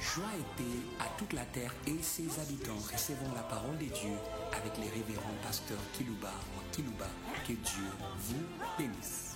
Joie et paix à toute la terre et ses habitants. Recevons la parole de Dieu avec les révérends pasteurs Kilouba. Que Dieu vous bénisse.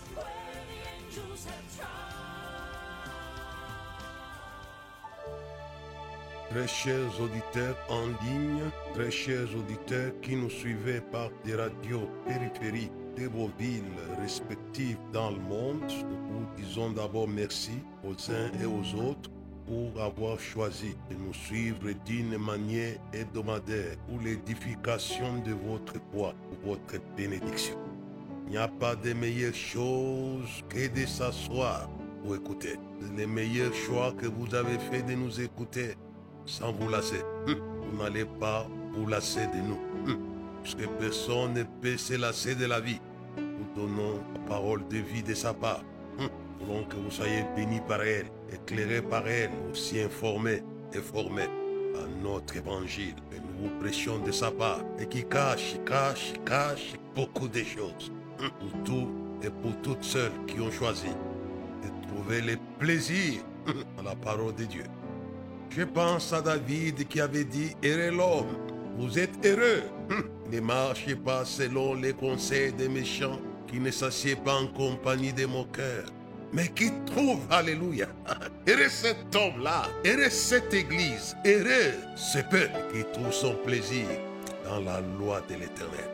Très chers auditeurs en ligne, très chers auditeurs qui nous suivez par des radios périphériques de vos villes respectives dans le monde, nous vous disons d'abord merci aux uns et aux autres pour avoir choisi de nous suivre d'une manière hebdomadaire pour l'édification de votre foi, pour votre bénédiction. Il n'y a pas de meilleure chose que de s'asseoir pour écouter. C'est le meilleur choix que vous avez fait de nous écouter sans vous lasser. Vous n'allez pas vous lasser de nous. Puisque personne ne peut se lasser de la vie. Nous donnons la parole de vie de sa part. Nous voulons que vous soyez bénis par elle, éclairés par elle, aussi informés et formés à notre évangile. Et nous vous prêchons de sa part et qui cache beaucoup de choses. Pour tout et pour toutes celles qui ont choisi de trouver le plaisir à la parole de Dieu. Je pense à David qui avait dit « Heureux l'homme, vous êtes heureux. Ne marchez pas selon les conseils des méchants, qui ne s'assied pas en compagnie des moqueurs, mais qui trouve, alléluia, heureux cet homme-là, heureux cette église, heureux ce peuple qui trouve son plaisir dans la loi de l'Éternel. »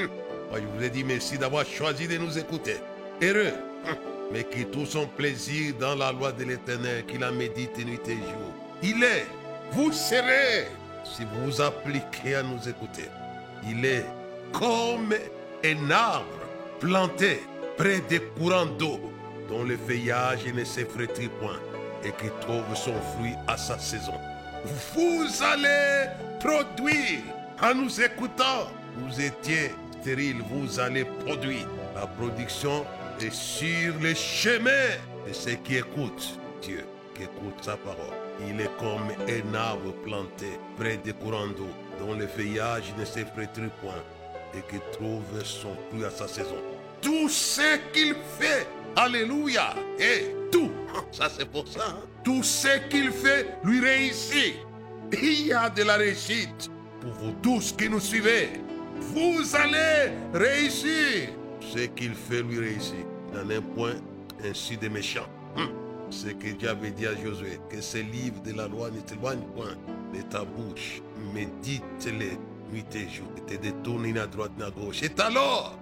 Moi, je vous ai dit merci d'avoir choisi de nous écouter. Heureux, mais qui trouve son plaisir dans la loi de l'Éternel, qui la médite nuit et jour. Il est, vous serez, si vous vous appliquez à nous écouter, il est comme un arbre planté près des courants d'eau, dont le feuillage ne s'effrétrit point et qui trouve son fruit à sa saison. Vous allez produire en nous écoutant. Vous étiez stérile, vous allez produire. La production est sur le chemin de ceux qui écoutent Dieu, qui écoutent sa parole. Il est comme un arbre planté près des courants d'eau, dont le feuillage ne s'effrétrit point et qui trouve son fruit à sa saison. Tout ce qu'il fait, alléluia, et tout, ça c'est pour ça, tout ce qu'il fait lui réussit. Il y a de la réussite pour vous tous qui nous suivez. Vous allez réussir. Ce qu'il fait lui réussit. Il n'en est point ainsi des méchants. Ce que Dieu avait dit à Josué, que ce livre de la loi ne t'éloigne point de ta bouche. Médite-les nuit et jour, et te détourne ni à droite ni à gauche. C'est alors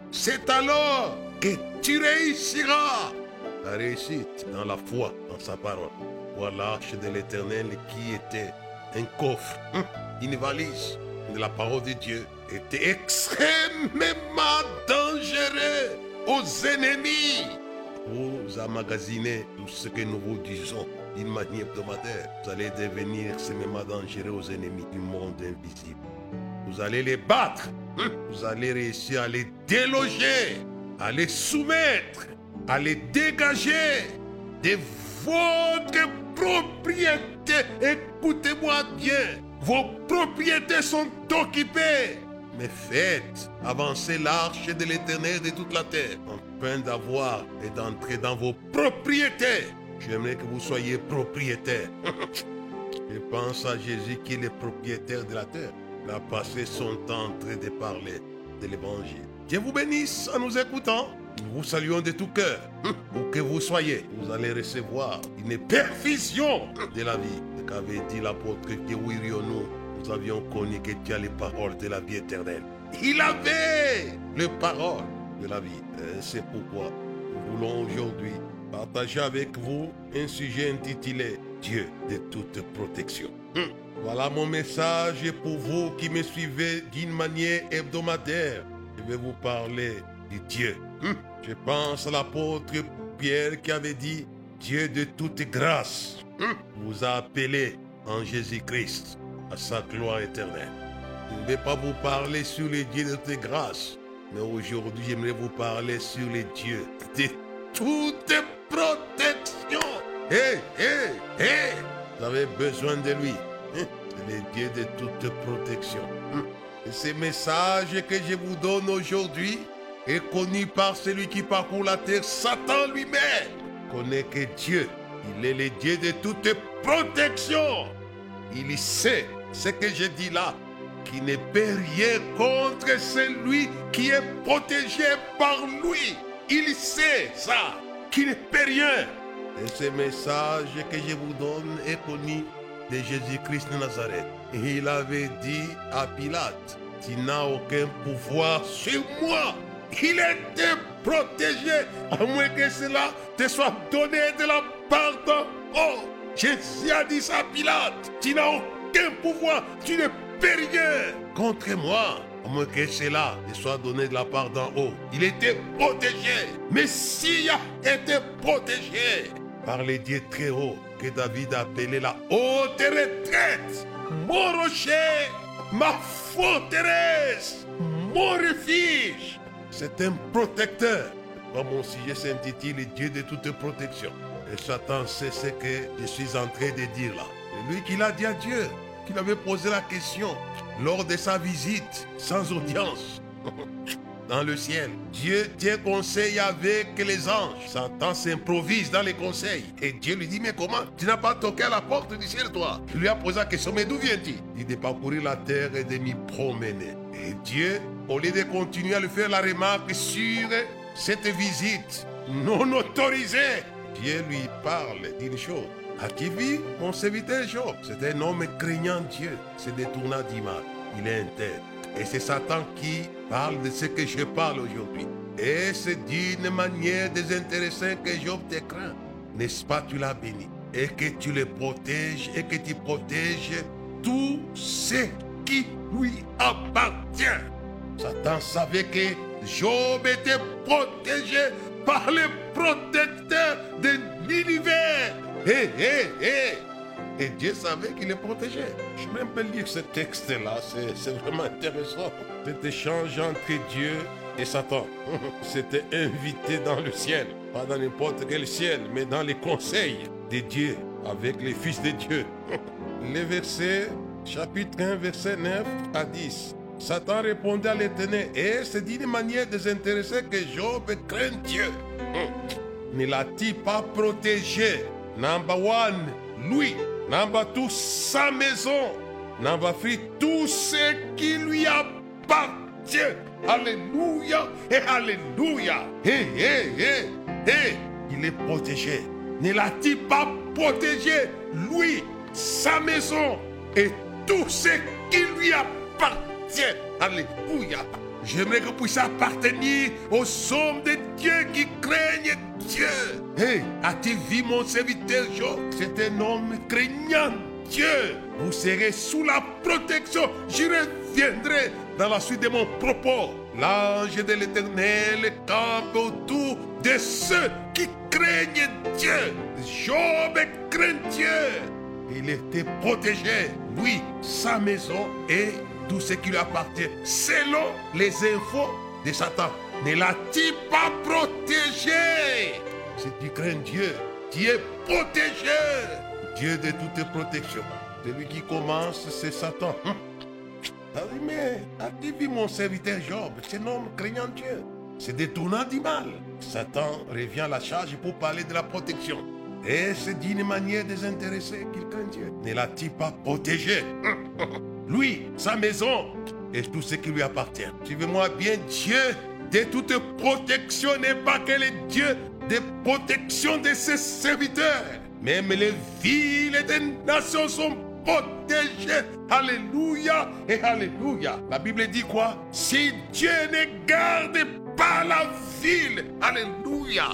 que tu réussiras. La réussite dans la foi, dans sa parole. Voilà l'arche de l'Éternel qui était un coffre, une valise de la parole de Dieu, était extrêmement dangereux aux ennemis. Vous emmagasinez tout ce que nous vous disons d'une manière hebdomadaire. Vous allez devenir extrêmement dangereux aux ennemis du monde invisible. Vous allez les battre. Vous allez réussir à les déloger, à les soumettre, à les dégager de votre propriété. Écoutez-moi bien. Vos propriétés sont occupées. Mais faites avancer l'arche de l'Éternel de toute la terre, afin d'avoir et d'entrer dans vos propriétés. J'aimerais que vous soyez propriétaires. Je pense à Jésus qui est le propriétaire de la terre. Il a passé son temps en train de parler de l'évangile. Dieu vous bénisse en nous écoutant. Nous vous saluons de tout cœur. Où que vous soyez, vous allez recevoir une perfusion de la vie. Ce qu'avait dit l'apôtre, que où irions-nous? Nous avions connu que tu as les paroles de la vie éternelle. Il avait les paroles de la vie. C'est pourquoi nous voulons aujourd'hui partager avec vous un sujet intitulé Dieu de toute protection. Voilà mon message pour vous qui me suivez d'une manière hebdomadaire. Je vais vous parler de Dieu. Je pense à l'apôtre Pierre qui avait dit Dieu de toute grâce vous a appelé en Jésus-Christ à sa gloire éternelle. Je ne vais pas vous parler sur les dieux de toute grâce, mais aujourd'hui j'aimerais vous parler sur les dieux de toute protection. Vous avez besoin de lui. C'est les dieux de toute protection. Et ce message que je vous donne aujourd'hui est connu par celui qui parcourt la terre, Satan lui-même. Connaît que Dieu, il est le Dieu de toute protection. Il sait ce que je dis là, qui ne peut rien contre celui qui est protégé par lui. Il sait ça, qui ne peut rien. Et ce message que je vous donne est connu de Jésus-Christ de Nazareth. Et il avait dit à Pilate, tu n'as aucun pouvoir sur moi. Il était protégé, à moins que cela te soit donné de la part d'en haut. Jésus a dit ça à Pilate, tu n'as aucun pouvoir, tu ne peux rien contre moi, à moins que cela te soit donné de la part d'en haut. Il était protégé, Messie a été protégé par les dieux très hauts que David appelait la haute retraite. Mon rocher, ma forteresse, mon refuge. C'est un protecteur. Comme mon sujet s'intitule Dieu de toute protection. Et Satan sait ce que je suis en train de dire là. C'est lui qui l'a dit à Dieu, qu'il avait posé la question lors de sa visite sans audience dans le ciel. Dieu tient conseil avec les anges. Satan s'improvise dans les conseils. Et Dieu lui dit, mais comment? Tu n'as pas toqué à la porte du ciel, toi? Il lui a posé la question, mais d'où viens-tu? Il dit de parcourir la terre et de m'y promener. Et Dieu, au lieu de continuer à lui faire la remarque sur cette visite non autorisée, Dieu lui parle d'une chose. As-tu vu mon serviteur Job? C'est un homme craignant Dieu, se détournant du mal. Il est intègre. Et c'est Satan qui parle de ce que je parle aujourd'hui. Et c'est d'une manière désintéressée que Job te craint. N'est-ce pas, tu l'as béni? Et que tu le protèges et que tu protèges tout ce qui lui appartient. Satan savait que Job était protégé par le protecteur de l'univers. Et Dieu savait qu'il est protégé. Je vais même pas lire ce texte-là, c'est vraiment intéressant. Cet échange entre Dieu et Satan. C'était invité dans le ciel. Pas dans n'importe quel ciel, mais dans les conseils de Dieu, avec les fils de Dieu. Les versets, chapitre 1, verset 9 à 10. Satan répondait à l'Éternel, et c'est d'une manière désintéressée que Job craint Dieu. Ne l'a-t-il pas protégé? Number one, lui. Number two, sa maison. Number three, tout ce qui lui appartient. Alléluia et alléluia. Il est protégé. Ne l'a-t-il pas protégé? Lui, sa maison et tout ce qui lui appartient. Alléluia. J'aimerais que vous puissiez appartenir aux hommes de Dieu qui craignent Dieu. As-tu vu mon serviteur Job? C'est un homme craignant Dieu. Vous serez sous la protection. J'y reviendrai dans la suite de mon propos. L'ange de l'Éternel campe autour de ceux qui craignent Dieu. Job craint Dieu. Il était protégé, lui, sa maison et tout ce qui lui appartient, selon les infos de Satan. Ne l'a-t-il pas protégé? Si tu crains Dieu, tu es protégé. Dieu de toute protection. Celui qui commence, c'est Satan. Mais as-tu vu mon serviteur Job? C'est un homme craignant Dieu. C'est détournant du mal. Satan revient à la charge pour parler de la protection. Et c'est d'une manière désintéressée qu'il craint Dieu. Ne l'a-t-il pas protégé? Lui, sa maison et tout ce qui lui appartient. Suivez-moi bien, Dieu de toute protection n'est pas que le Dieu de protection de ses serviteurs. Même les villes des nations sont protégées. Alléluia et alléluia. La Bible dit quoi? Si Dieu ne garde pas la ville, alléluia.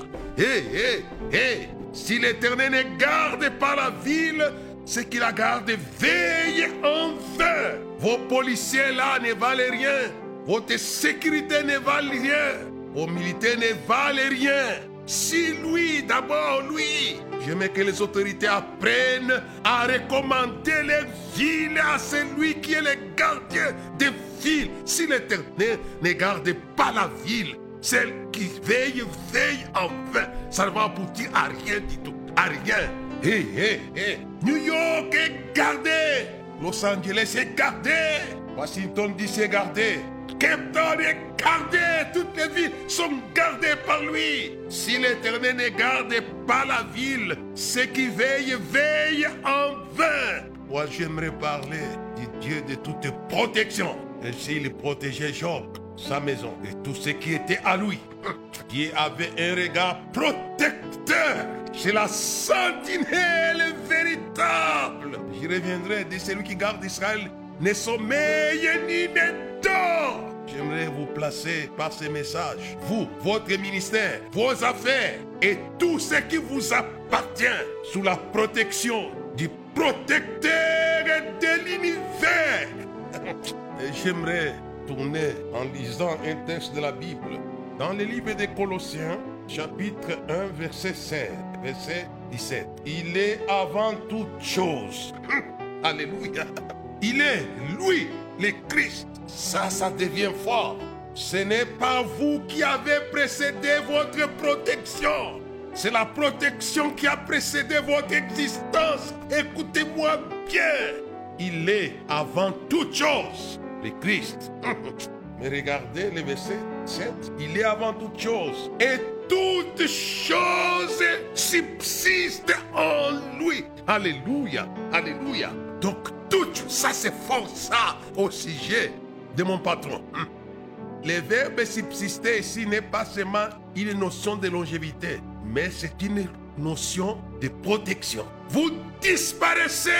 Si l'Éternel ne garde pas la ville, ceux qui la gardent veillent en vain. Vos policiers là ne valent rien. Votre sécurité ne valent rien. Vos militaires ne valent rien. Si lui, d'abord lui, j'aimerais que les autorités apprennent à recommander les villes à celui qui est le gardien des villes. Si l'Éternel ne garde pas la ville, celle qui veille en vain. Ça ne va aboutir à rien du tout. À rien. New York est gardé. Los Angeles est gardé. Washington DC est gardé. Cape Town est gardé. Toutes les villes sont gardées par lui. Si l'Éternel ne garde pas la ville, ceux qui veillent en vain. pourquoi j'aimerais parler du Dieu de toute protection. Ainsi, il protégeait Job, sa maison et tout ce qui était à lui. Dieu avait un regard protecteur. C'est la sentinelle véritable. J'y reviendrai de celui qui garde Israël, ne sommeille ni ne dort. J'aimerais vous placer par ces messages, vous, votre ministère, vos affaires et tout ce qui vous appartient sous la protection du protecteur de l'univers. Et j'aimerais tourner en lisant un texte de la Bible dans le livre des Colossiens, chapitre 1, verset 16, verset 17. Il est avant toute chose. Alléluia. Il est lui, le Christ. Ça devient fort. Ce n'est pas vous qui avez précédé votre protection. C'est la protection qui a précédé votre existence. Écoutez-moi bien. Il est avant toute chose, le Christ. Mais regardez le verset 7. Il est avant toute chose. Et toutes choses subsistent en lui. Alléluia. Alléluia. Donc, tout ça, c'est fort ça au sujet de mon patron. Le verbe subsister ici n'est pas seulement une notion de longévité, mais c'est une notion de protection. Vous disparaissez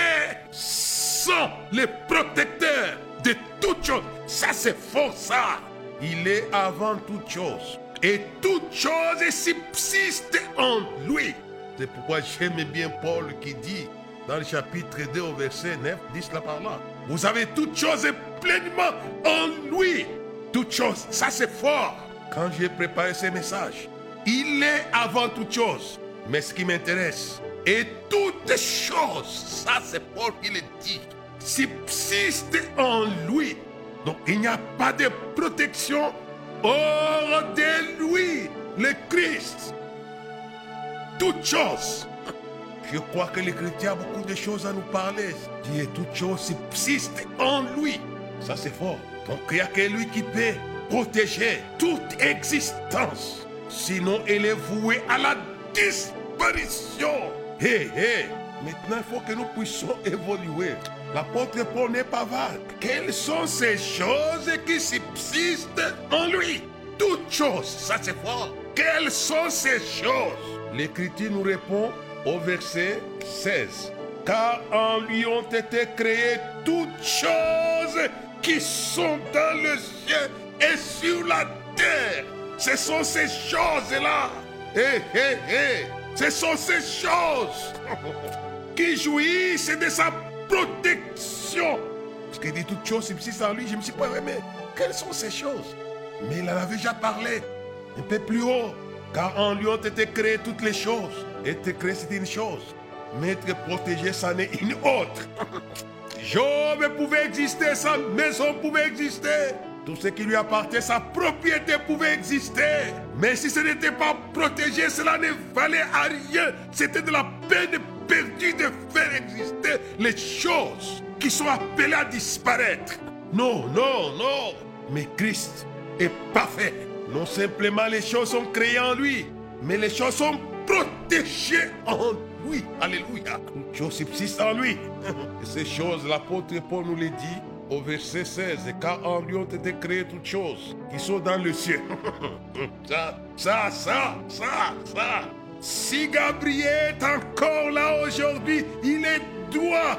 sans le protecteur de toutes choses. Ça, c'est fort ça. Il est avant toute chose. Et toute chose subsiste en lui. C'est pourquoi j'aime bien Paul qui dit dans le chapitre 2 au verset 9, dit cela par là. Vous avez toute chose pleinement en lui. Toute chose, ça c'est fort. Quand j'ai préparé ce message, il est avant toute chose. Mais ce qui m'intéresse, et toutes choses, ça c'est Paul qui le dit, subsistent en lui. Donc il n'y a pas de protection hors de lui, le Christ. Toutes choses. Je crois que les chrétiens ont beaucoup de choses à nous parler. Dieu, toutes choses subsistent en lui. Ça, c'est fort. Donc, il n'y a que lui qui peut protéger toute existence. Sinon, elle est vouée à la disparition. Maintenant, il faut que nous puissions évoluer. L'apôtre Paul n'est pas vague. Quelles sont ces choses qui subsistent en lui? Toutes choses. Ça, c'est fort. Quelles sont ces choses? L'Écriture nous répond au verset 16. Car en lui ont été créées toutes choses qui sont dans le ciel et sur la terre. Ce sont ces choses-là. Ce sont ces choses qui jouissent de sa protection. Parce qu'il dit toutes choses subsistent en lui. Je ne me suis pas aimé. Quelles sont ces choses? Mais il en avait déjà parlé un peu plus haut. Car en lui ont été créées toutes les choses. Être créé, c'est une chose. Mais être protégé, ça n'est une autre. Job pouvait exister, sa maison pouvait exister. Tout ce qui lui appartient, sa propriété pouvait exister. Mais si ce n'était pas protégé, cela ne valait à rien. C'était de la peine perdue de faire exister les choses qui sont appelées à disparaître. Non. Mais Christ est parfait. Non simplement les choses sont créées en lui, mais les choses sont protégées en lui. Alléluia. Toutes choses subsistent en lui. Et ces choses, l'apôtre Paul nous les dit au verset 16. Car en lui ont été créées toutes choses qui sont dans le ciel. Ça. Si Gabriel est encore là aujourd'hui, il est droit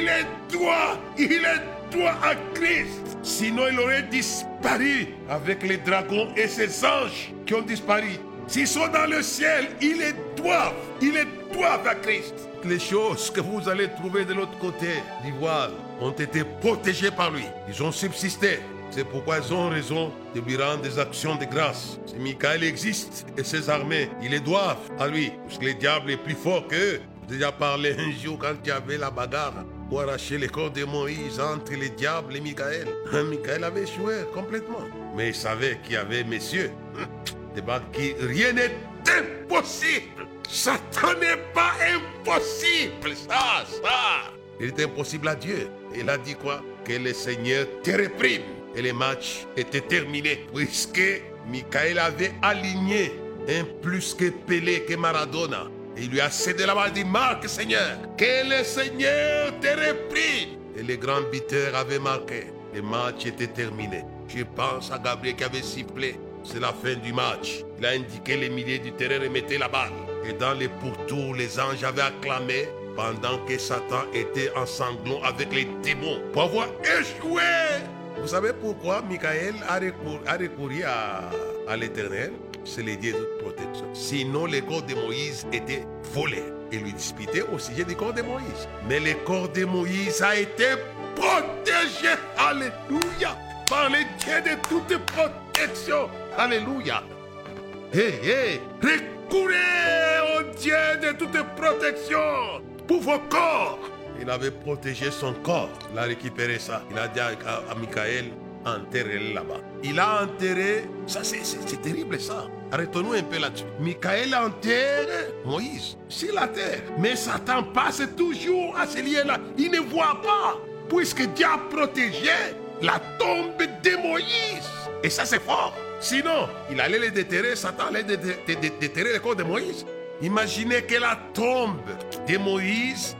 à Christ. Sinon, il aurait disparu avec les dragons et ses anges qui ont disparu. S'ils sont dans le ciel, ils doivent à Christ. Les choses que vous allez trouver de l'autre côté du voile ont été protégées par lui. Ils ont subsisté. C'est pourquoi ils ont raison de lui rendre des actions de grâce. Si Michael existe et ses armées, ils les doivent à lui. Parce que le diable est plus fort qu'eux. J'ai déjà parlé un jour quand il y avait la bagarre pour arracher le corps de Moïse entre le diable et Michael. Michael avait échoué complètement. Mais il savait qu'il y avait messieurs. Qui rien n'est impossible. Satan n'est pas impossible. Ça. Il est impossible à Dieu. Il a dit quoi? Que le Seigneur te réprime. Et le match était terminé. Puisque Michael avait aligné un plus que Pelé, que Maradona. Et il lui a cédé la main, il dit, marque Seigneur, que le Seigneur te reprie. Et le grand buteur avait marqué. Le match était terminé. Je pense à Gabriel qui avait sifflé. C'est la fin du match. Il a indiqué les milieux du terrain remettaient la balle. Et dans les pourtours, les anges avaient acclamé pendant que Satan était en sanglots avec les démons pour avoir échoué. Vous savez pourquoi Michael a recouru à l'Éternel? C'est les dieux de protection. Sinon, le corps de Moïse était volé. Et lui disputait au sujet du corps de Moïse. Mais le corps de Moïse a été protégé. Alléluia. Par les dieux de toute protection. Alléluia. Recourez au Dieu de toute protection pour vos corps. Il avait protégé son corps. Il a récupéré ça. Il a dit à Michael, enterrez-le là-bas. Il a enterré. Ça, c'est terrible ça. Arrêtons-nous un peu là-dessus. Michael enterre Moïse sur la terre. Mais Satan passe toujours à ce lien-là. Il ne voit pas. Puisque Dieu a protégé la tombe de Moïse. Et ça, c'est fort. Sinon, il allait les déterrer. Satan allait déterrer le corps de Moïse. Imaginez que la tombe de Moïse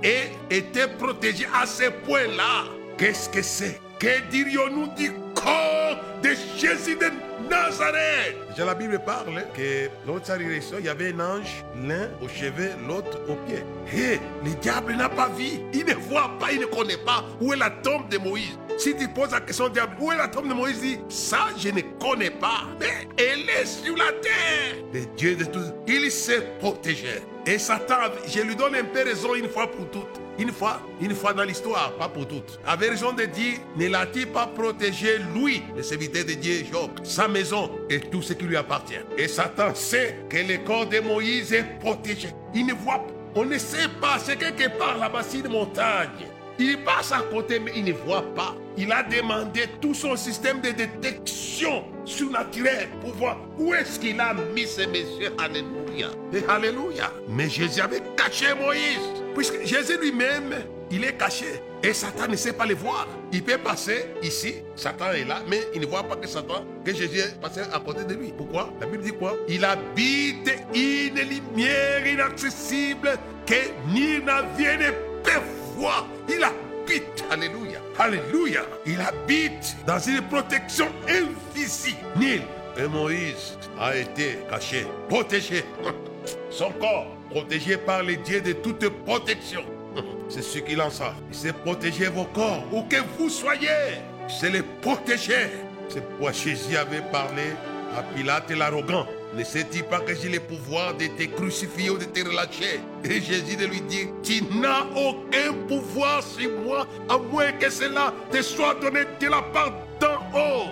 était protégée à ce point-là. Qu'est-ce que c'est? Que dirions-nous du corps de Jésus de Nazareth? Déjà la Bible parle que l'autre résurrection, il y avait un ange, l'un au chevet, l'autre au pied. Et le diable n'a pas vu, il ne voit pas, il ne connaît pas où est la tombe de Moïse. Si tu poses la question au diable, où est la tombe de Moïse, il dit, ça je ne connais pas, mais elle est sur la terre. Le Dieu de tout, il s'est protégé. Et Satan, je lui donne un peu raison une fois pour toutes. Une fois dans l'histoire, pas pour toutes. Avait raison de dire, ne l'a-t-il pas protégé, lui, le serviteur de Dieu Job, sa maison et tout ce qui lui appartient. Et Satan sait que le corps de Moïse est protégé. Il ne voit pas, on ne sait pas, c'est quelque part là-bas, sur une montagne. Il passe à côté, mais il ne voit pas. Il a demandé tout son système de détection surnaturelle pour voir où est-ce qu'il a mis ce monsieur. Alléluia. Et alléluia. Mais Jésus avait caché Moïse. Puisque Jésus lui-même, il est caché. Et Satan ne sait pas le voir. Il peut passer ici, Satan est là, mais il ne voit pas que Jésus est passé à côté de lui. Pourquoi? La Bible dit quoi? Il habite une lumière inaccessible que ni navire ne peut voir. Il habite, alléluia, alléluia. Il habite dans une protection invisible. Et Moïse a été caché, protégé. Son corps protégé par les dieux de toute protection. C'est ce qu'il en sait. Il sait protéger vos corps, où que vous soyez. C'est les protéger. C'est pourquoi Jésus avait parlé à Pilate l'arrogant. Ne sais-tu pas que j'ai le pouvoir de te crucifier ou de te relâcher? Et Jésus de lui dit, tu n'as aucun pouvoir sur moi, à moins que cela te soit donné de la part d'en haut.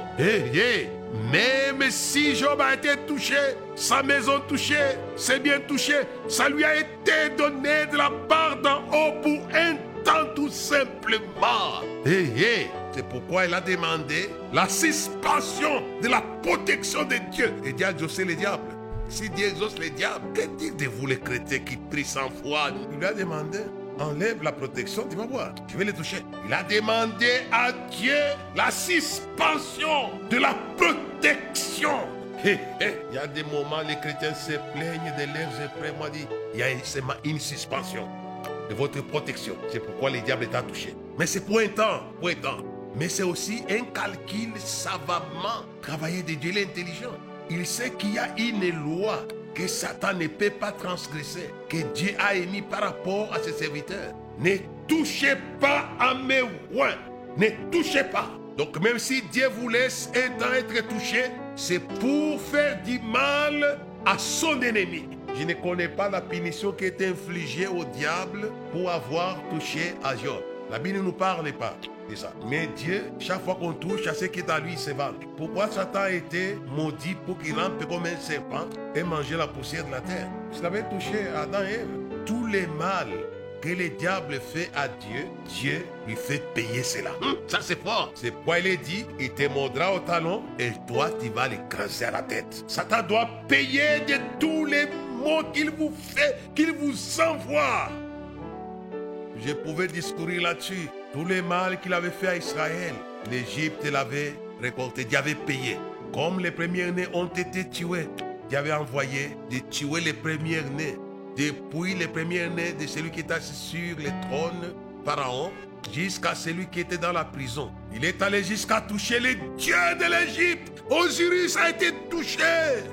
Même si Job a été touché, sa maison touchée, ses biens touchés, ça lui a été donné de la part d'en haut pour un temps tout simplement. C'est pourquoi il a demandé la suspension de la protection de Dieu. Et Dieu a exaucé les diables. Si Dieu exauce les diables, que dire de vous les chrétiens qui prient sans foi? Il lui a demandé, enlève la protection, tu vas voir, je vais les toucher. Il a demandé à Dieu la suspension de la protection. Il y a des moments, les chrétiens se plaignent de leurs épreuves. Moi, dit, il y a une suspension de votre protection. C'est pourquoi les diables t'ont touché. Mais c'est pour un temps, Mais c'est aussi un calcul savamment travaillé de Dieu l'intelligent. Il sait qu'il y a une loi que Satan ne peut pas transgresser, que Dieu a émis par rapport à ses serviteurs. Ne touchez pas à mes oins. Ne touchez pas. Donc même si Dieu vous laisse un temps être touché, c'est pour faire du mal à son ennemi. Je ne connais pas la punition qui est infligée au diable pour avoir touché à Job. La Bible ne nous parle pas de ça. Mais Dieu, chaque fois qu'on touche à ce qui est à lui, il se venge. Pourquoi Satan a été maudit pour qu'il rampe comme un serpent et manger la poussière de la terre? S'il avait touché Adam et Ève, tous les mal que le diable fait à Dieu, Dieu lui fait payer cela. Ça c'est fort. C'est pourquoi il est dit, il te mordra au talon et toi tu vas l'écraser à la tête. Satan doit payer de tous les maux qu'il vous fait, qu'il vous envoie. Je pouvais discourir là-dessus. Tous les mal qu'il avait fait à Israël, l'Égypte l'avait récolté, Dieu avait payé. Comme les premiers-nés ont été tués, Dieu avait envoyé de tuer les premiers-nés depuis le premier-né de celui qui est assis sur le trône, Pharaon, jusqu'à celui qui était dans la prison. Il est allé jusqu'à toucher les dieux de l'Égypte. Osiris a été touché.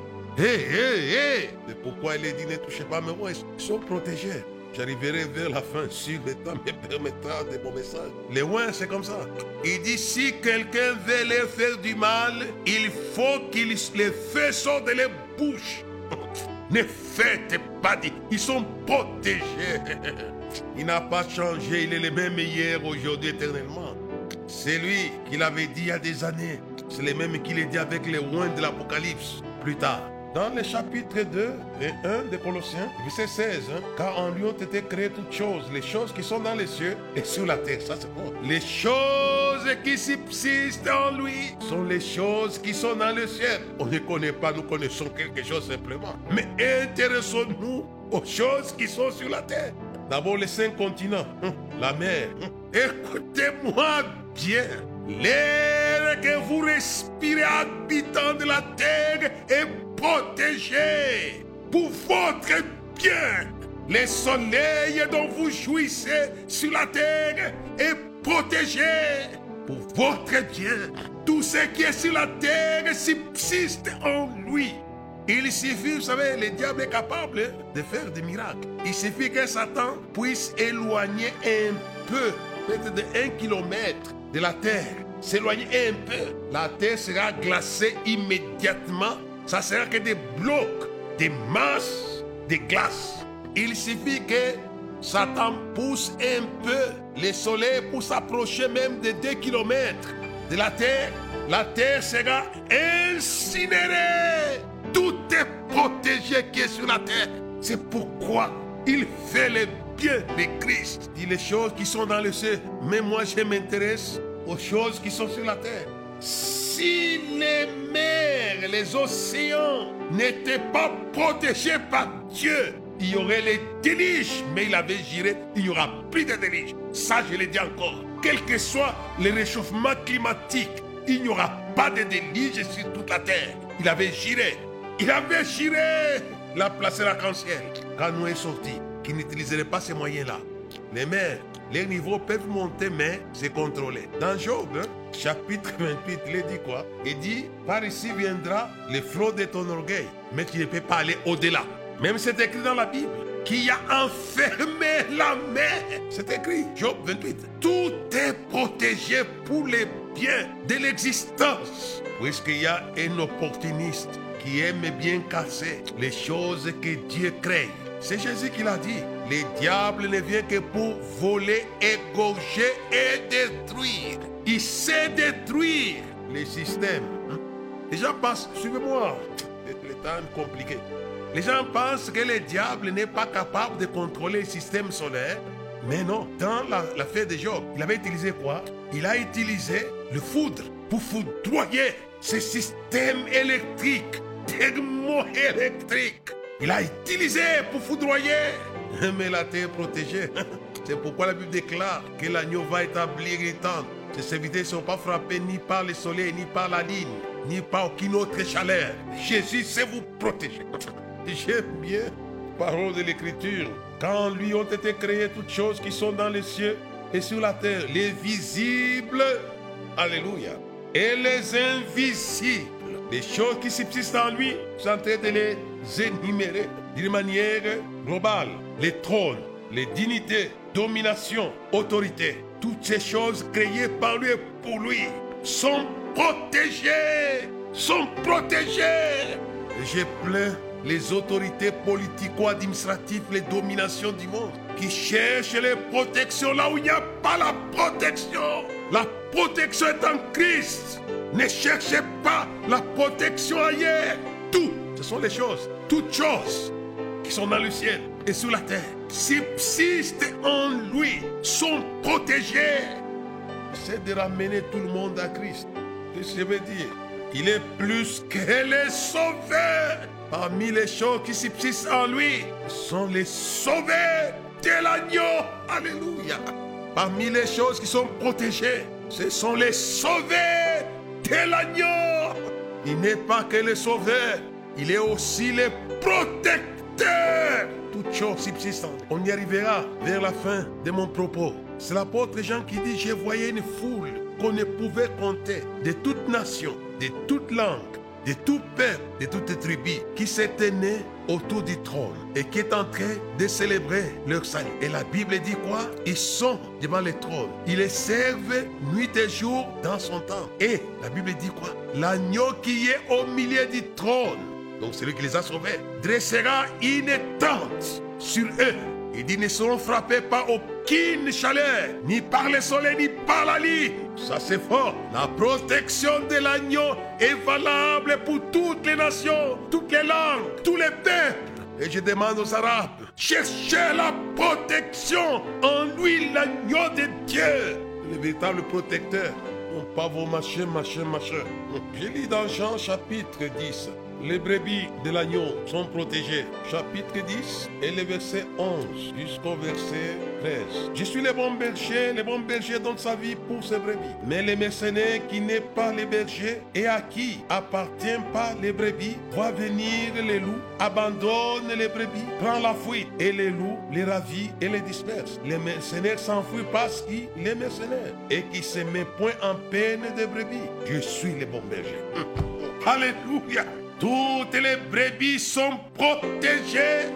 C'est pourquoi il est dit ne touchez pas mes rois, ils sont protégés. J'arriverai vers la fin si le temps me permettra de mon message. Les rois, c'est comme ça. Il dit si quelqu'un veut leur faire du mal, il faut qu'il les feu sorte de leur bouche. Ne faites pas dire, ils sont protégés. Il n'a pas changé, il est le même hier, aujourd'hui, éternellement. C'est lui qui l'avait dit il y a des années. C'est le même qui l'a dit avec les rois de l'Apocalypse plus tard. Dans le chapitre 2 et 1 de Colossiens, verset 16, car en lui ont été créées toutes choses, les choses qui sont dans les cieux et sur la terre. Ça c'est bon. Les choses qui subsistent en lui sont les choses qui sont dans le ciel. On ne connaît pas, nous connaissons quelque chose simplement. Mais intéressons-nous aux choses qui sont sur la terre. D'abord les 5 continents, la mer. Écoutez-moi bien. L'air que vous respirez, habitants de la terre, est protégé pour votre bien. Le soleil dont vous jouissez sur la terre est protégé pour votre bien. Tout ce qui est sur la terre subsiste en lui. Il suffit, vous savez, le diable est capable de faire des miracles. Il suffit que Satan puisse éloigner un peu, peut-être de 1 kilomètre de la terre, s'éloigner un peu. La terre sera glacée immédiatement. Ça sera que des blocs, des masses de glace. Il suffit que Satan pousse un peu le soleil pour s'approcher même de 2 kilomètres de la terre. La terre sera incinérée. Tout est protégé qui est sur la terre. C'est pourquoi il fait le bien de Christ. Il dit les choses qui sont dans le ciel. Mais moi, je m'intéresse aux choses qui sont sur la terre. Si les mers, les océans n'étaient pas protégés par Dieu, il y aurait les déluges. Mais il avait juré, il n'y aura plus de déluges. Ça, je le dis encore. Quel que soit le réchauffement climatique, il n'y aura pas de déluge sur toute la terre. Il avait juré. Il avait juré. La place sera arc-en-ciel. Quand Noé est sorti, qu'il n'utiliserait pas ces moyens-là. Les mers, les niveaux peuvent monter, mais c'est contrôlé. Dans Job, chapitre 28, il dit quoi? Il dit, par ici viendra le flot de ton orgueil, mais tu ne peux pas aller au-delà. Même c'est écrit dans la Bible, qui a enfermé la mer. C'est écrit, Job 28. Tout est protégé pour les biens de l'existence. Puisqu'il y a un opportuniste qui aime bien casser les choses que Dieu crée. C'est Jésus qui l'a dit. Le diable ne vient que pour voler, égorger et détruire. Il sait détruire les systèmes. Les gens pensent, suivez-moi, le temps est compliqué. Les gens pensent que le diable n'est pas capable de contrôler le système solaire. Mais non, dans l'affaire de Job, il avait utilisé quoi? Il a utilisé le foudre pour foudroyer ce système électrique, thermoélectrique. Il a utilisé pour foudroyer. Mais la terre est protégée. C'est pourquoi la Bible déclare que l'agneau va établir une tente. Ses serviteurs ne sont pas frappés ni par le soleil, ni par la lune, ni par aucune autre chaleur. Jésus sait vous protéger. J'aime bien la parole de l'Écriture. Quand lui ont été créées toutes choses qui sont dans les cieux et sur la terre, les visibles, alléluia, et les invisibles, les choses qui subsistent en lui, sont en train de les énumérer d'une manière globale. Les trônes, les dignités, domination, autorité, toutes ces choses créées par lui et pour lui sont protégées, sont protégées. Et je plains les autorités politico-administratives, les dominations du monde, qui cherchent les protections là où il n'y a pas la protection. La protection est en Christ. Ne cherchez pas la protection ailleurs. Tout, ce sont les choses, toutes choses qui sont dans le ciel et sur la terre, subsistent en lui, sont protégés. C'est de ramener tout le monde à Christ. Qu'est-ce que je veux dire? Il est plus que les sauvés. Parmi les choses qui subsistent en lui sont les sauvés de l'agneau. Alléluia. Parmi les choses qui sont protégées, ce sont les sauvés de l'agneau. Il n'est pas que les sauveurs, il est aussi les protecteurs. toute chose subsistante. On y arrivera vers la fin de mon propos. C'est l'apôtre Jean qui dit, je voyais une foule qu'on ne pouvait compter, de toute nation, de toute langue, de tout peuple, de toutes tribus, qui se tenaient autour du trône et qui est en train de célébrer leur salut. Et la Bible dit quoi? Ils sont devant le trône. Ils les servent nuit et jour dans son temps. Et la Bible dit quoi? L'agneau qui est au milieu du trône, donc celui qui les a sauvés, dressera une tente sur eux. Il dit, ne seront frappés par aucune chaleur, ni par le soleil, ni par la lune. Ça c'est fort. La protection de l'agneau est valable pour toutes les nations, toutes les langues, tous les peuples. Et je demande aux Arabes, cherchez la protection en lui, l'agneau de Dieu, le véritable protecteur. Non pas vos machins. Je lis dans Jean chapitre 10. Les brebis de l'agneau sont protégées. Chapitre 10 et le verset 11 jusqu'au verset 13. Je suis le bon berger donne sa vie pour ses brebis. Mais le mercenaire qui n'est pas le berger et à qui appartient pas les brebis, voit venir les loups, abandonne les brebis, prend la fuite et les loups les ravit et les disperse. Les mercenaires s'enfuient parce qu'il est mercenaire et qui se met point en peine de brebis. Je suis le bon berger. Alléluia. Toutes les brebis sont protégées.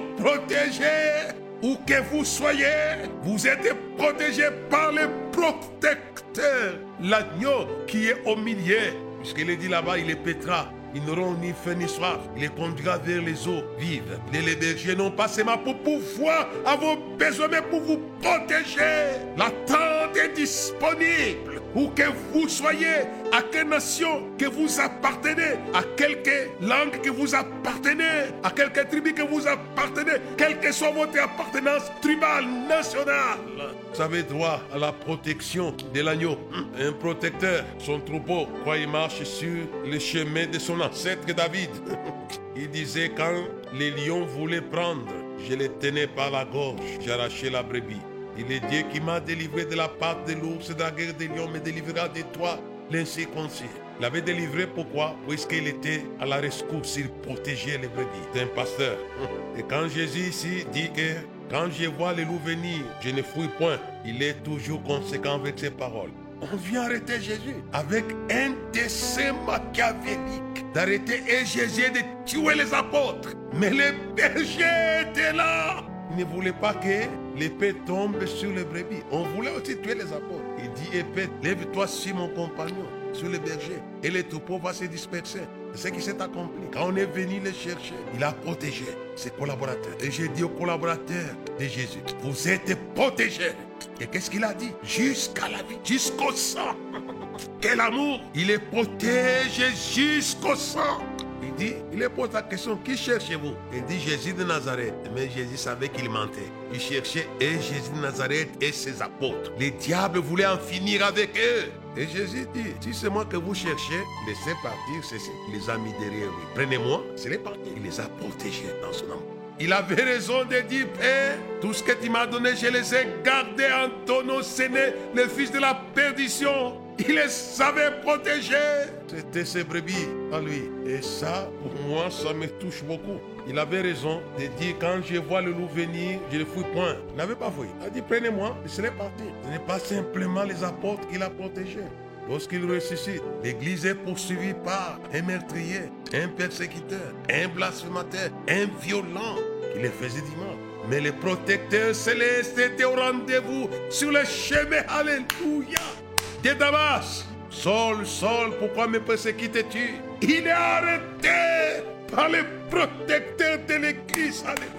Où que vous soyez, vous êtes protégés par le protecteur, l'agneau qui est au milieu. Puisqu'il est dit là-bas, il les pétera. Ils n'auront ni faim ni soif. Il les conduira vers les eaux vives. Les bergers n'ont pas seulement pour pouvoir à vos besoins, mais pour vous protéger. La tente est disponible. Où que vous soyez, à quelle nation que vous appartenez, à quelque langue que vous appartenez, à quelque tribu que vous appartenez, quelle que soit votre appartenance tribale, nationale. Vous avez droit à la protection de l'agneau. Un protecteur, son troupeau, quand il marche sur le chemin de son ancêtre David. Il disait, quand les lions voulaient prendre, je les tenais par la gorge, j'arrachais la brebis. Il est Dieu qui m'a délivré de la part de l'ours et de la guerre des lions, me délivrera de toi, l'incirconcis. Il l'avait délivré pourquoi? Puisqu'il était à la rescousse, il protégeait les brebis. C'est un pasteur. Et quand Jésus ici dit que quand je vois les loups venir, je ne fouille point, il est toujours conséquent avec ses paroles. On vient arrêter Jésus avec un dessein machiavélique d'arrêter Jésus de tuer les apôtres. Mais les bergers étaient là. Ils ne voulaient pas que l'épée tombe sur les brebis. On voulait aussi tuer les apôtres. Il dit, épée, lève-toi sur mon compagnon, sur le berger, et les troupeaux vont se disperser. C'est ce qui s'est accompli. Quand on est venu les chercher, il a protégé ses collaborateurs. Et j'ai dit aux collaborateurs de Jésus, vous êtes protégés. Et qu'est-ce qu'il a dit? Jusqu'à la vie, jusqu'au sang. Quel amour! Il est protégé jusqu'au sang. Il dit, il lui pose la question, qui cherchez-vous? Il dit Jésus de Nazareth. Mais Jésus savait qu'il mentait. Il cherchait et Jésus de Nazareth et ses apôtres. Les diables voulaient en finir avec eux. Et Jésus dit, si c'est moi que vous cherchez, laissez partir ceci. Il les a mis derrière lui. Prenez-moi, c'est les partis. Il les a protégés dans son amour. Il avait raison de dire, Père, tout ce que tu m'as donné, je les ai gardés en ton nom, ce n'est le fils de la perdition. Il les avait protégés. C'était ses brebis à lui. Et ça, pour moi, ça me touche beaucoup. Il avait raison de dire, quand je vois le loup venir, je ne fouille point. Il n'avait pas fouillé. Il a dit, prenez-moi, il serait parti. Ce n'est pas simplement les apôtres qu'il a protégés. Lorsqu'il ressuscite, l'Église est poursuivie par un meurtrier, un persécuteur, un blasphémateur, un violent qui les faisait du mal. Mais le protecteur céleste était au rendez-vous sur le chemin, alléluia, de Damas. Saul, Saul, pourquoi me persécutes-tu? Il est arrêté par le protecteur de l'Église, alléluia.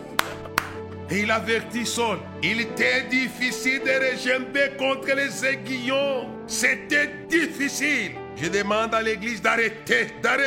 Et il avertit Saul. Il était difficile de regimber contre les aiguillons. C'était difficile. Je demande à l'Église d'arrêter.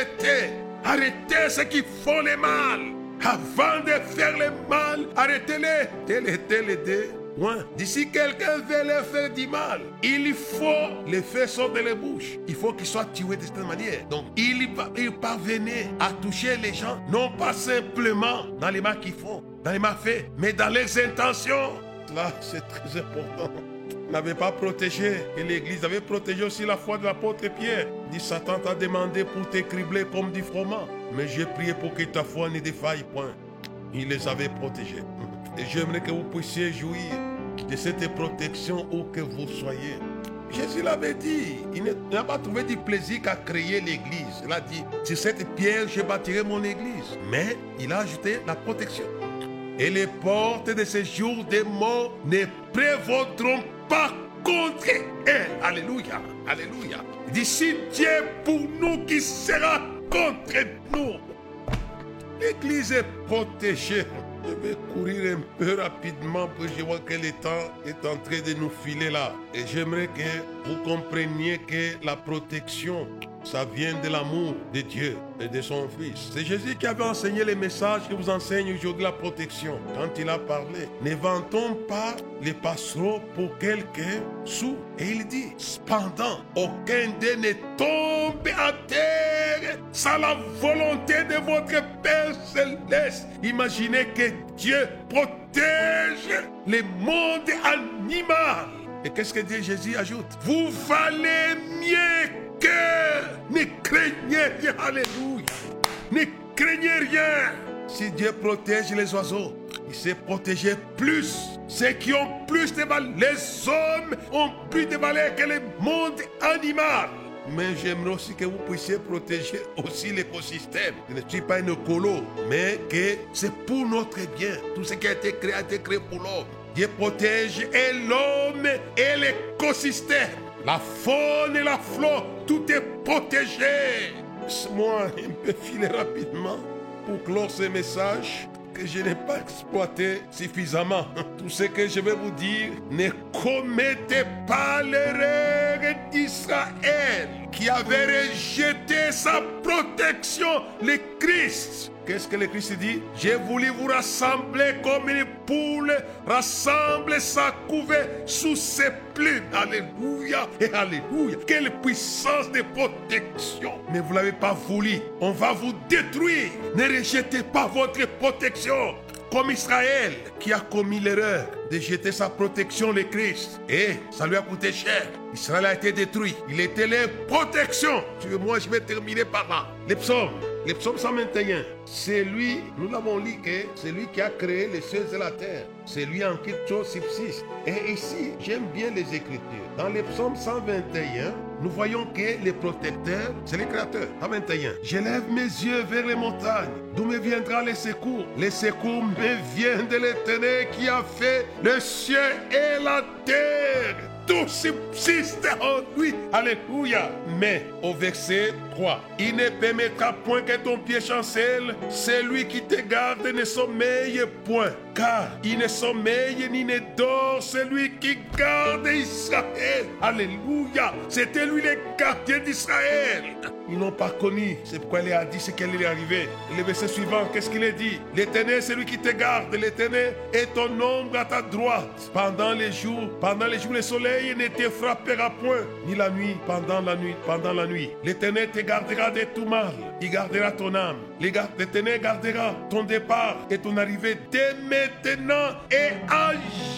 Arrêtez ceux qui font le mal. Avant de faire le mal, arrêtez-les. Tel d'ici quelqu'un veut leur faire du mal, il faut les faire sortir de les bouches. Il faut qu'ils soient tués de cette manière. Donc, il parvenait à toucher les gens, non pas simplement dans les mal qu'ils font, dans les malfaits, mais dans les intentions. Là, c'est très important. Il n'avait pas protégé, et l'Église avait protégé aussi la foi de l'apôtre Pierre. Il dit, Satan t'a demandé pour t'écribler comme du froment, mais j'ai prié pour que ta foi ne défaille point. il les avait protégés. Et j'aimerais que vous puissiez jouir de cette protection où que vous soyez. Jésus l'avait dit, il n'a pas trouvé du plaisir qu'à créer l'église. Il a dit, sur cette pierre, je bâtirai mon église. Mais il a ajouté la protection. Et les portes de ce jour des morts ne prévaudront pas contre elle. Alléluia, alléluia. Il dit, si Dieu est pour nous, qui sera contre nous? L'église est protégée. Je vais courir un peu rapidement parce que je vois que le temps est en train de nous filer là. Et j'aimerais que vous compreniez que la protection, ça vient de l'amour de Dieu et de son Fils. C'est Jésus qui avait enseigné les messages que vous enseigne aujourd'hui la protection. Quand il a parlé, ne vantons pas les passereaux pour quelques sous. Et il dit, cependant, aucun d'eux ne tombe à terre sans la volonté de votre Père céleste. Imaginez que Dieu protège le monde animal. Et qu'est-ce que Dieu Jésus ajoute? Vous valez mieux que ne craignez rien. Alléluia. Ne craignez rien. Si Dieu protège les oiseaux, il sait protéger plus. Ceux qui ont plus de valeur, les hommes ont plus de valeur que le monde animal. Mais j'aimerais aussi que vous puissiez protéger aussi l'écosystème. Je ne suis pas un écolo, mais que c'est pour notre bien. Tout ce qui a été créé pour l'homme. Dieu protège et l'homme et l'écosystème. La faune et la flore, tout est protégé. Laisse-moi un peu filer rapidement pour clore ce message que je n'ai pas exploité suffisamment. Tout ce que je vais vous dire, ne commettez pas l'erreur d'Israël qui avait rejeté sa protection, le Christ. Qu'est-ce que le Christ dit? J'ai voulu vous rassembler comme une poule rassemble sa couvée sous ses plumes. Alléluia et alléluia. Quelle puissance de protection. Mais vous ne l'avez pas voulu. On va vous détruire. Ne rejetez pas votre protection. Comme Israël qui a commis l'erreur de jeter sa protection, le Christ. Et ça lui a coûté cher. Israël a été détruit. Il était leur protection. Moi, je vais terminer par là. Les psaumes 121. C'est lui, nous l'avons lu, que c'est lui qui a créé les cieux et la terre. C'est lui en qui chose subsiste. Et ici, j'aime bien les Écritures. Dans les psaumes 121, nous voyons que les protecteurs, c'est les créateurs. 121. Je lève mes yeux vers les montagnes. D'où me viendra les secours? Les secours me viennent de l'Éternel qui a fait le ciel et la terre. Tout subsiste en lui. Alléluia. Mais au verset 3, il ne permettra point que ton pied chancelle. Celui qui te garde ne sommeille point. Car il ne sommeille ni ne dort celui qui garde Israël. Alléluia. C'était lui le gardien d'Israël. Ils n'ont pas connu. C'est pourquoi il a dit ce qu'elle est arrivé. Le verset suivant, qu'est-ce qu'il a dit? L'Éternel, c'est lui qui te garde. L'Éternel est ton ombre à ta droite. Pendant les jours, le soleil ne te frappera point, ni la nuit, pendant la nuit. L'Éternel te gardera de tout mal. Il gardera ton âme. L'Éternel gardera ton départ et ton arrivée dès maintenant et à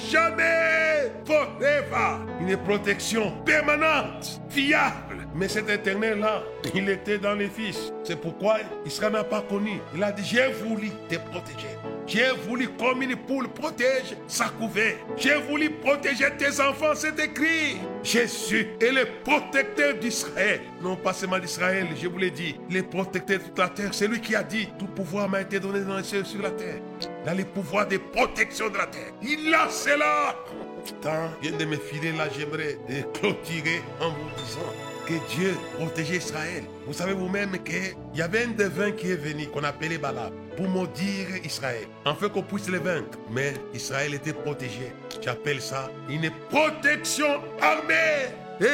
jamais. Forever. Une protection permanente, fiable. Mais cet Éternel-là, il était dans les fils. C'est pourquoi Israël n'a pas connu. Il a dit, j'ai voulu te protéger. J'ai voulu, comme une poule protège sa couvée. J'ai voulu protéger tes enfants, c'est écrit. Jésus est le protecteur d'Israël. Non pas seulement d'Israël, je vous l'ai dit. Le protecteur de toute la terre, c'est lui qui a dit, tout pouvoir m'a été donné dans les cieux et sur la terre. Il a le pouvoir de protection de la terre. Il a cela. Tant vient de me filer là, j'aimerais clôturer en vous disant que Dieu protégeait Israël. Vous savez vous-même qu'il y avait un devin qui est venu, qu'on appelait Balaam, pour maudire Israël, afin qu'on puisse les vaincre. Mais Israël était protégé. J'appelle ça une protection armée.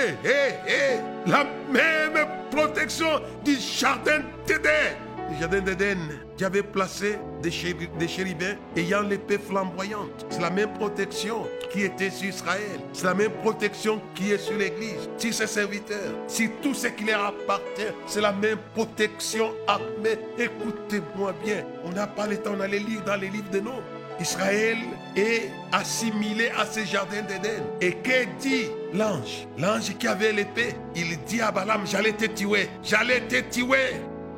La même protection du jardin d'Éden. Le jardin d'Éden, qui avait placé des chérubins ayant l'épée flamboyante. C'est la même protection qui était sur Israël. C'est la même protection qui est sur l'Église, sur ses serviteurs, sur tout ce qui leur appartient. C'est la même protection armée. Écoutez-moi bien, on n'a pas le temps d'aller lire dans les livres de noms. Israël est assimilé à ce jardin d'Éden. Et que dit l'ange? L'ange qui avait l'épée, il dit à Balaam, j'allais te tuer.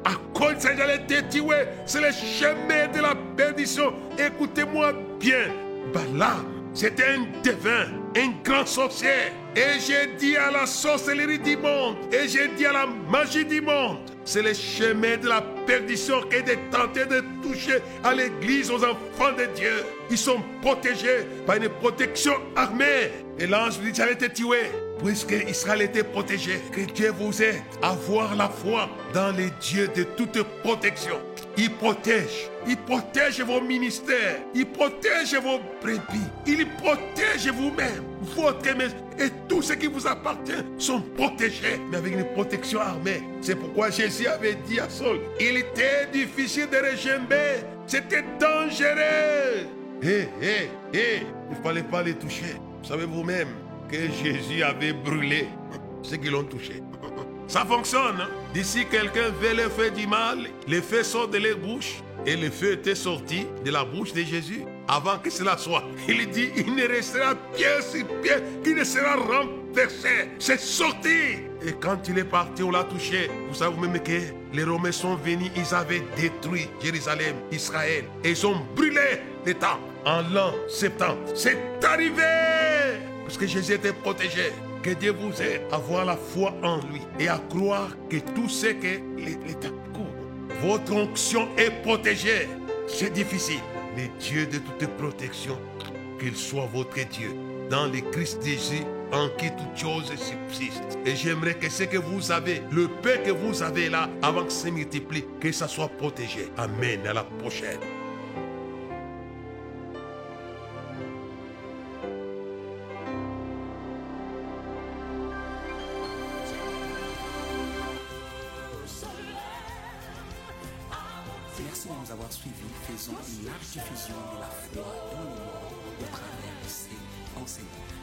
À cause de ça, j'allais te tuer. C'est le chemin de la perdition. Écoutez-moi bien. Balaam, c'était un devin, un grand sorcier. Et j'ai dit à la sorcellerie du monde, et j'ai dit à la magie du monde, c'est le chemin de la perdition que de tenter de toucher à l'église, aux enfants de Dieu. Ils sont protégés par une protection armée. Et l'ange lui dit, j'allais te tuer. Puisque Israël était protégé, que Dieu vous aide à avoir la foi dans les dieux de toute protection. Il protège vos ministères, il protège vos brebis, il protège vous-même, votre maison, et tout ce qui vous appartient sont protégés, mais avec une protection armée. C'est pourquoi Jésus avait dit à Saul, il était difficile de regimber, c'était dangereux. Il ne fallait pas les toucher. Vous savez vous-même que Jésus avait brûlé ceux qui l'ont touché. Ça fonctionne. Hein? D'ici quelqu'un veut leur faire du mal, le feu sort de leur bouche. Et le feu était sorti de la bouche de Jésus avant que cela soit. Il dit, il ne restera pied sur pied qui ne sera renversé. C'est sorti. Et quand il est parti, on l'a touché. Vous savez même que les Romains sont venus, ils avaient détruit Jérusalem, Israël. Et ils ont brûlé les temples en l'an 70. C'est arrivé. Parce que Jésus était protégé. Que Dieu vous aide à avoir la foi en lui et à croire que tout ce que l'État court. Votre onction est protégée. C'est difficile. Mais Dieu de toute protection, qu'il soit votre Dieu. Dans le Christ Jésus, en qui toutes choses subsistent. Et j'aimerais que ce que vous avez, le peu que vous avez là, avant que ça se multiplie, que ça soit protégé. Amen. À la prochaine. Merci de nous avoir suivis. Faisons une large diffusion de la foi dans le monde au travers de ces enseignements.